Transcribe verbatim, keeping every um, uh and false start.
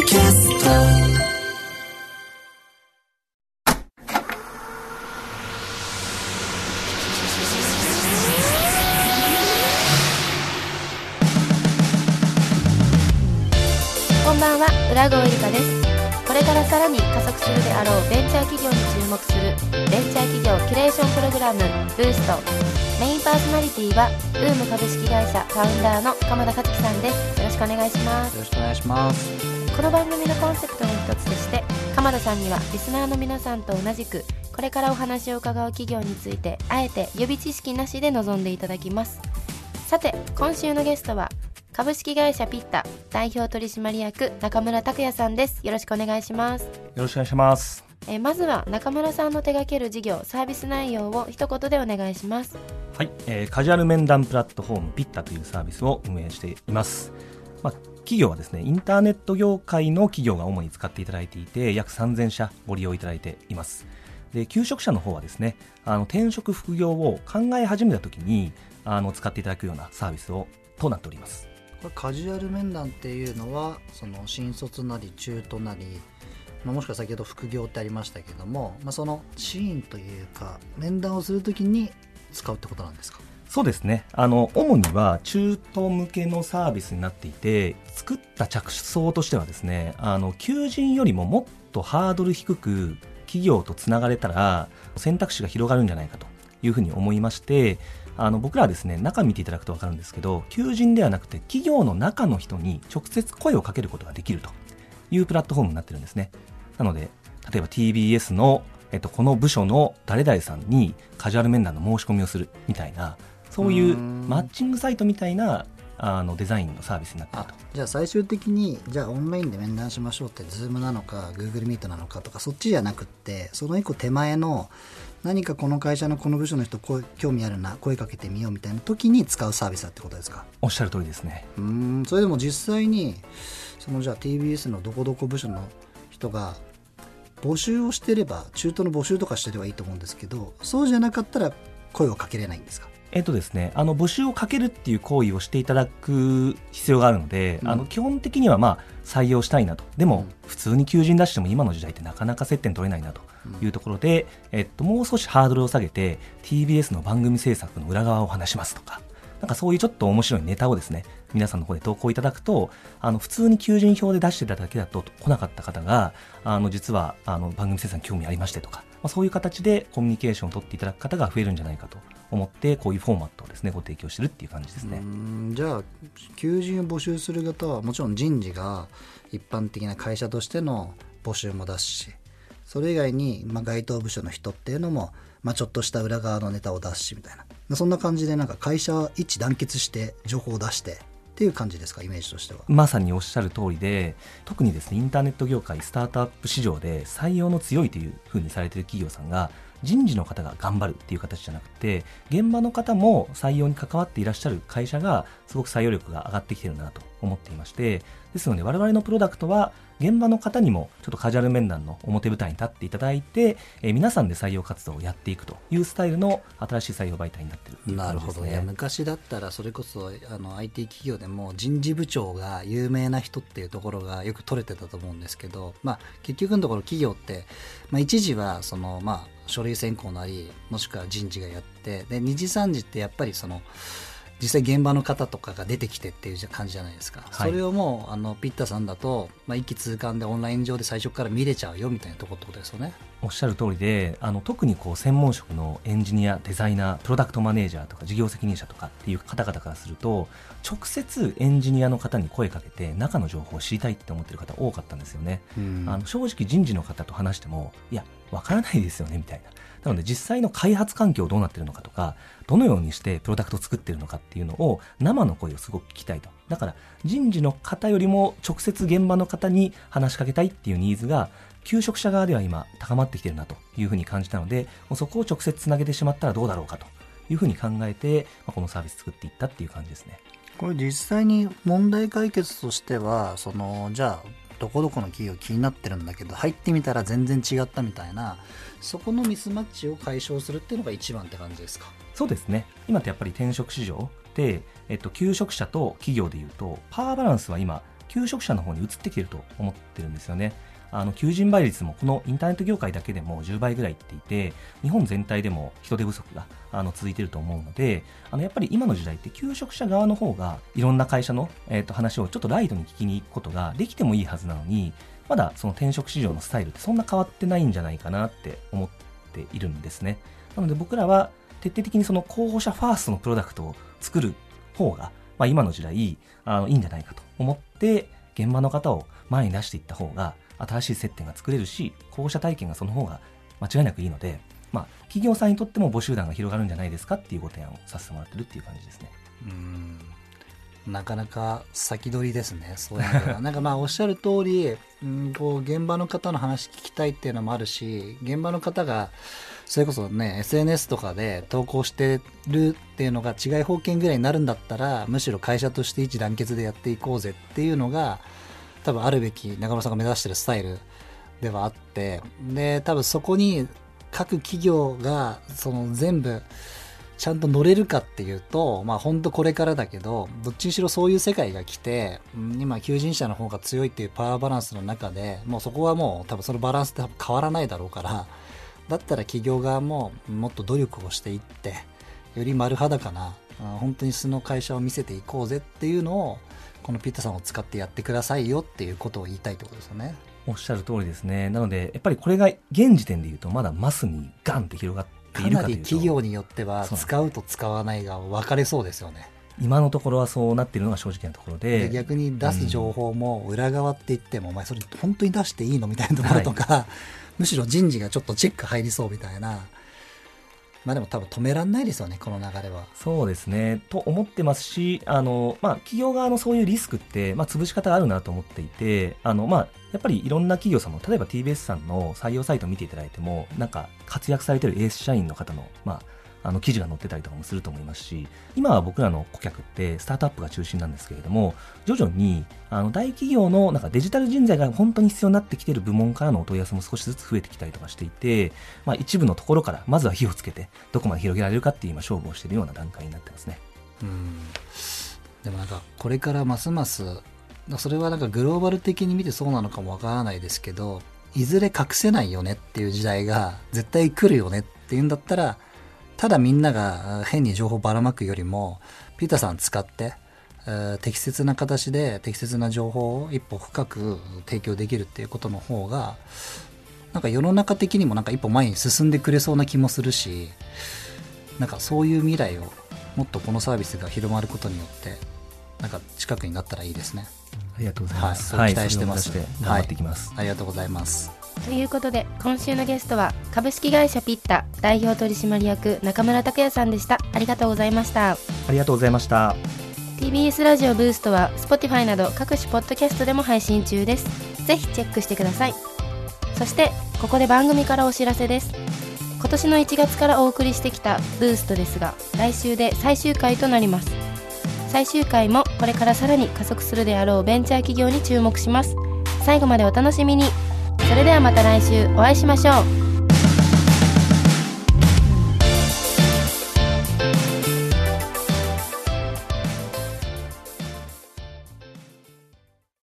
キャストこんばんは、浦郷ゆりかです。これからさらに加速するであろうベンチャー企業に注目するベンチャー企業キュレーションプログラムブースト。メインパーソナリティはウーム株式会社ファウンダーの鎌田克樹さんです。よろしくお願いします。 よろしくお願いします。 この番組のコンセプトの一つとして、鎌田さんにはリスナーの皆さんと同じくこれからお話を伺う企業についてあえて予備知識なしで臨んでいただきます。さて、今週のゲストは株式会社ピッタ代表取締役中村拓也さんです。よろしくお願いします。 よろしくお願いします。 えまずは中村さんの手掛ける事業サービス内容を一言でお願いします。 はい、えー、カジュアル面談プラットフォームピッタというサービスを運営しています。まあ、企業はですね、インターネット業界の企業が主に使っていただいていて、約さんぜんしゃご利用いただいています。で、求職者の方はですね、あの転職副業を考え始めた時にあの使っていただくようなサービスをとなっております。 これカジュアル面談っていうのはその新卒なり中途なり、まあ、もしくは先ほど副業ってありましたけども、まあ、そのシーンというか面談をするときに使うってことなんですか？ そうですね、あの主には中途向けのサービスになっていて、作った着想としてはですね、あの求人よりももっとハードル低く企業とつながれたら選択肢が広がるんじゃないかというふうに思いまして、あの僕らはですね、中見ていただくと分かるんですけど、求人ではなくて企業の中の人に直接声をかけることができるというプラットフォームになってるんですね。なので例えば ティービーエス の、えっと、この部署の誰々さんにカジュアル面談の申し込みをするみたいな、そういうマッチングサイトみたいなあのデザインのサービスになっていると。 じゃあ最終的にじゃあオンラインで面談しましょうって Zoom なのか Google Meet なのかとかそっちじゃなくって、その一個手前の何かこの会社のこの部署の人興味あるな、声かけてみようみたいな時に使うサービスだってことですか？ おっしゃる通りですね。 うーん、それでも実際にそのじゃあ ティービーエス のどこどこ部署の人が募集をしてれば、中途の募集とかしてればいいと思うんですけど、そうじゃなかったら声をかけれないんですか？ えっとですね、あの募集をかけるっていう行為をしていただく必要があるので、うん、あの基本的にはまあ採用したいなと。でも、うん、普通に求人出しても今の時代ってなかなか接点取れないなというところで、うん、えっと、もう少しハードルを下げて ティービーエス の番組制作の裏側を話しますとか、なんかそういうちょっと面白いネタをですね、皆さんの方で投稿いただくと、あの普通に求人票で出してただけだと来なかった方が、あの実はあの番組制作に興味ありましてとか、まあ、そういう形でコミュニケーションを取っていただく方が増えるんじゃないかと思って、こういうフォーマットをですねご提供してるっていう感じですね。 うーん、じゃあ求人を募集する方はもちろん人事が一般的な会社としての募集も出すし、それ以外に、まあ、該当部署の人っていうのも、まあ、ちょっとした裏側のネタを出すしみたいな、そんな感じでなんか会社一致団結して情報を出してっていう感じですか？イメージとしては。 まさにおっしゃる通りで、特にですねインターネット業界スタートアップ市場で採用の強いというふうにされている企業さんが、人事の方が頑張るっていう形じゃなくて、現場の方も採用に関わっていらっしゃる会社がすごく採用力が上がってきているなと思っていまして、ですので我々のプロダクトは現場の方にもちょっとカジュアル面談の表舞台に立っていただいて、えー、皆さんで採用活動をやっていくというスタイルの新しい採用媒体になっているという感じですね。 なるほど。いや昔だったらそれこそあの アイティー 企業でも人事部長が有名な人っていうところがよく取れてたと思うんですけど、まあ、結局のところ企業って、まあ、一時はその、まあ、書類選考なりもしくは人事がやって、で二次三次ってやっぱりその実際現場の方とかが出てきてっていう感じじゃないですか、はい、それをもうあのピッタさんだと、まあ、一気通貫でオンライン上で最初から見れちゃうよみたいなところってことですよね。 おっしゃる通りで、あの特にこう専門職のエンジニア、デザイナー、プロダクトマネージャーとか事業責任者とかっていう方々からすると、直接エンジニアの方に声かけて中の情報を知りたいって思ってる方多かったんですよね。あの正直人事の方と話しても、いやわからないですよねみたいな。なので実際の開発環境どうなってるのかとか、どのようにしてプロダクトを作ってるのかっていうのを生の声をすごく聞きたいと。だから人事の方よりも直接現場の方に話しかけたいっていうニーズが求職者側では今高まってきてるなというふうに感じたので、もうそこを直接つなげてしまったらどうだろうかというふうに考えて、まあ、このサービス作っていったっていう感じですね。 これ実際に問題解決としては、そのじゃあどこどこの企業気になってるんだけど入ってみたら全然違ったみたいな、そこのミスマッチを解消するっていうのが一番って感じですか？ そうですね。今ってやっぱり転職市場で、えっと、求職者と企業でいうとパワーバランスは今求職者の方に移ってきていると思ってるんですよね。あの求人倍率もこのインターネット業界だけでもじゅうばいぐらいいっていて、日本全体でも人手不足があの続いていると思うので、あのやっぱり今の時代って求職者側の方がいろんな会社の、えー、と話をちょっとライトに聞きに行くことができてもいいはずなのに、まだその転職市場のスタイルってそんな変わってないんじゃないかなって思っているんですね。なので僕らは徹底的にその候補者ファーストのプロダクトを作る方が、まあ、今の時代あのいいんじゃないかと思って現場の方を前に出していった方が新しい接点が作れるし、候補者体験がその方が間違いなくいいので、まあ、企業さんにとっても募集団が広がるんじゃないですかっていうご提案をさせてもらってるっていう感じですね。 うーん、なかなか先取りですね。そういうのはなんかまあおっしゃる通り、うん、こう現場の方の話聞きたいっていうのもあるし、現場の方がそれこそね エスエヌエス とかで投稿してるっていうのが違い保険ぐらいになるんだったら、むしろ会社として一致団結でやっていこうぜっていうのが多分あるべき中村さんが目指してるスタイルではあって、で多分そこに各企業がその全部ちゃんと乗れるかっていうと、まあ本当これからだけど、どっちにしろそういう世界が来て、今求人者の方が強いっていうパワーバランスの中で、もうそこはもう多分そのバランスって変わらないだろうから、だったら企業側ももっと努力をしていって、より丸裸な本当に素の会社を見せていこうぜっていうのを、このピッタさんを使ってやってくださいよっていうことを言いたいってことですよね。 おっしゃる通りですね。なのでやっぱりこれが現時点でいうとまだマスにガンって広がっているかというと、かなり企業によっては使うと使わないが分かれそうですよね。 今のところはそうなっているのが正直なところ で, で逆に出す情報も裏側って言っても、うん、お前それ本当に出していいのみたいなところとか、はい、むしろ人事がちょっとチェック入りそうみたいな。まあでも多分止めらんないですよね、この流れは。 そうですねと思ってますし、あの、まあ、企業側のそういうリスクって、まあ、潰し方があるなと思っていて、あの、まあ、やっぱりいろんな企業さんも、例えば ティービーエス さんの採用サイトを見ていただいても、なんか活躍されているエース社員の方の、まあ、あの記事が載ってたりとかもすると思いますし、今は僕らの顧客ってスタートアップが中心なんですけれども、徐々にあの大企業のなんかデジタル人材が本当に必要になってきている部門からのお問い合わせも少しずつ増えてきたりとかしていて、まあ、一部のところからまずは火をつけてどこまで広げられるかっていう今勝負をしているような段階になってますね。 うん、でもなんかこれからますますそれはなんかグローバル的に見てそうなのかもわからないですけど、いずれ隠せないよねっていう時代が絶対来るよねっていうんだったら、ただみんなが変に情報ばらまくよりもピーターさん使って、えー、適切な形で適切な情報を一歩深く提供できるっていうことの方がなんか世の中的にもなんか一歩前に進んでくれそうな気もするし、なんかそういう未来をもっとこのサービスが広まることによってなんか近くになったらいいですね。 ありがとうございます。 はい、そう期待してます。 はい、頑張っていきます、 はい、ありがとうございます。 ということで今週のゲストは株式会社ピッタ代表取締役中村拓也さんでした。ありがとうございました。 ありがとうございました。 ティービーエス ラジオブーストは Spotify など各種ポッドキャストでも配信中です。ぜひチェックしてください。そしてここで番組からお知らせです。今年のいちがつからお送りしてきたブーストですが、来週で最終回となります。最終回もこれからさらに加速するであろうベンチャー企業に注目します。最後までお楽しみに。それではまた来週お会いしましょう。